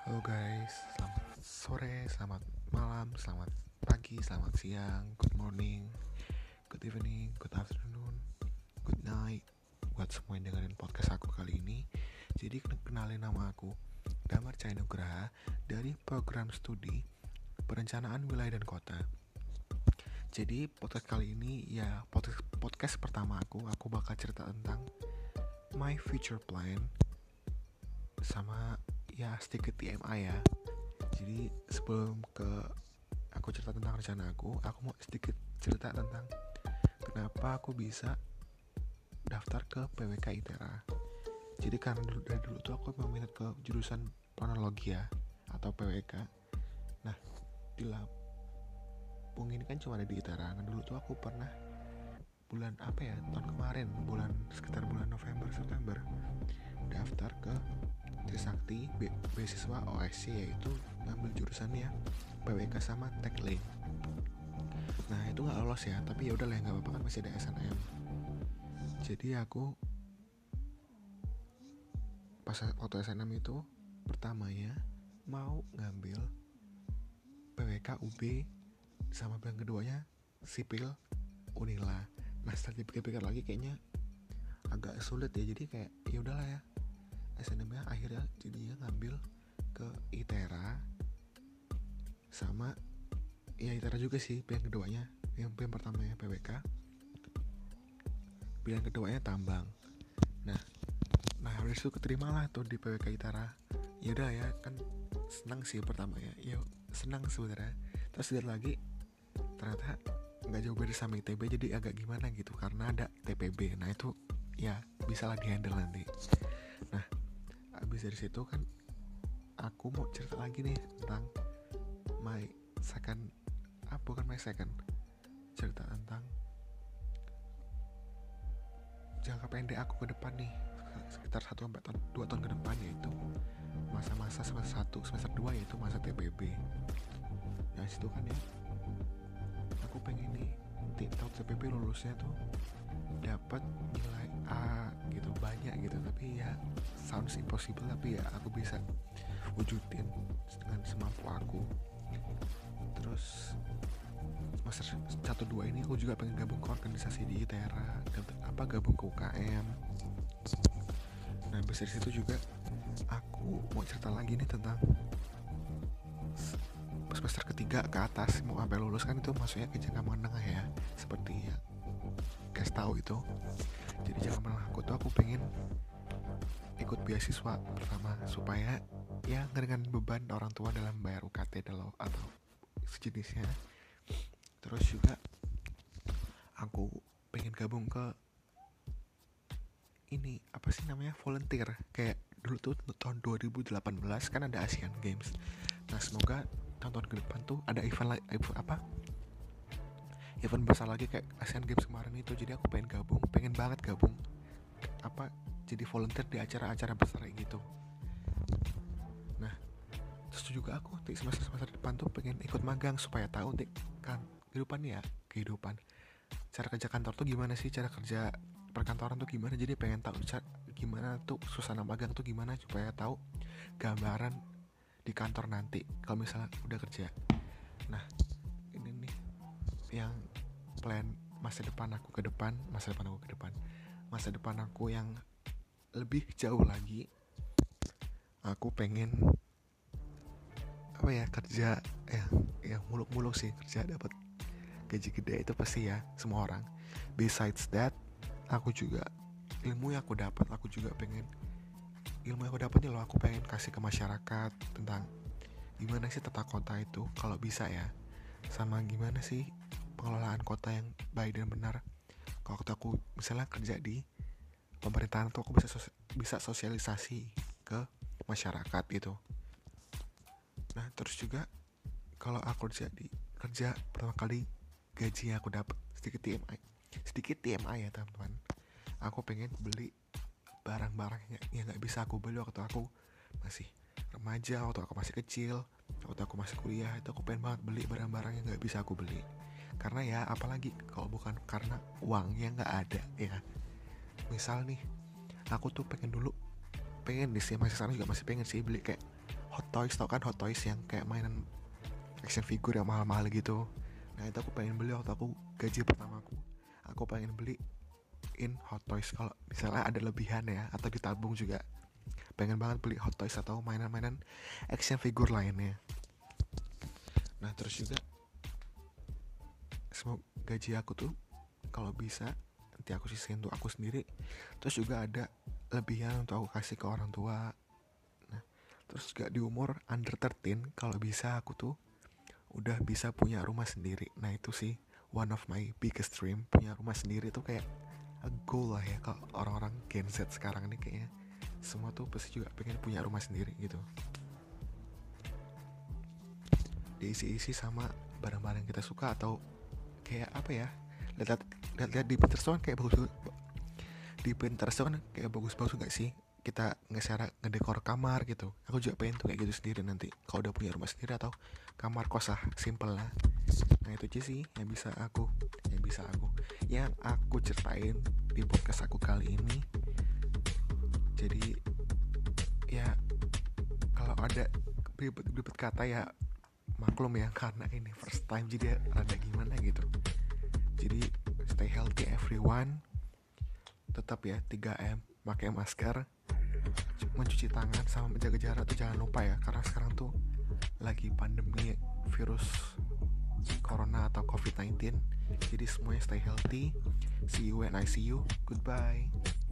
Halo guys, selamat sore, selamat malam, selamat pagi, selamat siang, good morning, good evening, good afternoon, good night. Buat semua yang dengerin podcast aku kali ini. Jadi kenalin nama aku, Damar Cahaya Nugraha, dari program studi Perencanaan Wilayah dan Kota. Jadi podcast kali ini ya podcast pertama aku bakal cerita tentang my future plan sama ya sedikit TMI ya. Jadi sebelum aku cerita tentang rencana aku mau sedikit cerita tentang kenapa aku bisa daftar ke PWK ITERA. Jadi karena dari dulu tuh aku memang minat ke jurusan planologi ya, atau PWK. Nah, di Lampung ini kan cuma ada di ITERA. Nah, dulu tuh aku pernah tahun kemarin, sekitar bulan November September, daftar ke Trisakti beasiswa OSC, yaitu ngambil jurusannya PWK sama Tekling. Nah itu nggak lolos ya, tapi ya udah lah, nggak apa-apa kan, masih ada SNM. Jadi aku pas waktu SNM itu pertamanya mau ngambil PWK UB, sama yang keduanya sipil Unila. Nah setelah dipikir-pikir lagi kayaknya agak sulit ya, jadi kayak ya udahlah ya, SNM-nya akhirnya jadinya ngambil ke ITERA sama ya ITERA juga sih pilihan keduanya. Yang pilihan pertamanya PWK, pilihan keduanya tambang. Nah habis itu keterima lah tuh di PWK ITERA. Ya udah ya kan, senang sih pertama ya senang sebenarnya. Terus lihat lagi ternyata nggak jauh beda sama ITB, jadi agak gimana gitu karena ada TPB. Nah itu ya bisa lah dihandle nanti. Nah abis dari situ kan aku mau cerita lagi nih tentang my second, bukan my second, cerita tentang jangka pendek aku ke depan nih, sekitar 1-2 tahun ke depan, yaitu masa-masa semester 1, semester 2, yaitu masa TPB. Nah situ kan ya, aku pengen nih tahun TPB lulusnya tuh dapat nilai A gitu, banyak gitu. Tapi ya sounds impossible, tapi ya aku bisa wujudin dengan semampu aku. Terus semester 1-2 ini aku juga pengen gabung ke organisasi di ITERA, gabung ke UKM. Nah habis dari situ juga aku mau cerita lagi nih tentang semester ketiga ke atas mau sampai lulus kan, itu maksudnya ke jangka menengah ya, seperti ya guys tahu itu. Jadi jangka menengah aku tuh aku pengen ikut beasiswa pertama supaya ya ngeringan beban orang tua dalam bayar UKT atau sejenisnya. Terus juga aku pengen gabung ke ini apa sih namanya, volunteer, kayak dulu tuh tahun 2018 kan ada Asian Games. Nah semoga tahun-tahun ke depan tuh ada event besar lagi kayak Asian Games kemarin itu. Jadi aku pengen banget gabung jadi volunteer di acara-acara besar kayak gitu. Nah terus juga aku di semester depan tuh pengen ikut magang supaya tahu kan kehidupan cara kerja kantor tuh gimana sih, cara kerja perkantoran tuh gimana. Jadi pengen tahu gimana tuh suasana magang tuh gimana, supaya tahu gambaran di kantor nanti kalau misalnya udah kerja. Nah ini nih yang plan masa depan aku ke depan yang lebih jauh lagi. Aku pengen kerja yang muluk-muluk sih, kerja dapat gaji gede itu pasti ya semua orang. Besides that, ilmu yang aku dapat aku pengen kasih ke masyarakat tentang gimana sih tata kota itu kalau bisa ya, sama gimana sih pengelolaan kota yang baik dan benar. Kalau aku misalnya kerja di pemerintahan tuh aku bisa sosialisasi ke masyarakat gitu. Nah terus juga kalau aku kerja pertama kali, gaji yang aku dapat sedikit TMI ya teman-teman, aku pengen beli barang-barang yang nggak bisa aku beli waktu aku masih remaja, waktu aku masih kecil, waktu aku masih kuliah. Itu aku pengen banget beli barang-barang yang nggak bisa aku beli, karena ya apalagi kalau bukan karena uangnya nggak ada ya. Misal nih aku tuh pengen masih sekarang juga masih pengen sih beli kayak Hot Toys, tau kan Hot Toys yang kayak mainan action figure yang mahal-mahal gitu. Nah itu aku pengen beli waktu aku gaji pertamaku. Aku pengen beliin Hot Toys kalau misalnya ada lebihan ya, atau ditabung juga. Pengen banget beli Hot Toys atau mainan-mainan action figure lainnya. Nah terus juga semoga gaji aku tuh kalau bisa nanti aku sisihin untuk aku sendiri. Terus juga ada lebihan untuk aku kasih ke orang tua. Nah terus juga di umur under 13 kalau bisa aku tuh udah bisa punya rumah sendiri. Nah itu sih one of my biggest dream. Punya rumah sendiri tuh kayak a goal lah ya. Kalau orang-orang Gen Z sekarang ini kayaknya semua tuh pasti juga pengen punya rumah sendiri gitu. Diisi-isi sama barang-barang yang kita suka, atau kayak apa ya, lihat-lihat di Pinterest kan kayak bagus. Di Pinterest kan kayak bagus-bagus gak sih kita ngedekor kamar gitu. Aku juga pengen tuh kayak gitu sendiri nanti kalau udah punya rumah sendiri atau kamar kos lah, simple lah. Nah itu aja sih yang aku ceritain di podcast aku kali ini. Jadi ya kalau ada belibet kata ya maklum ya, karena ini first time jadi rada gimana gitu. Jadi stay healthy everyone, tetap ya 3M, pakai masker, mencuci tangan, sama menjaga jarak tuh jangan lupa ya, karena sekarang tuh lagi pandemi virus corona atau COVID-19. Jadi semuanya stay healthy. See you when I see you. Goodbye.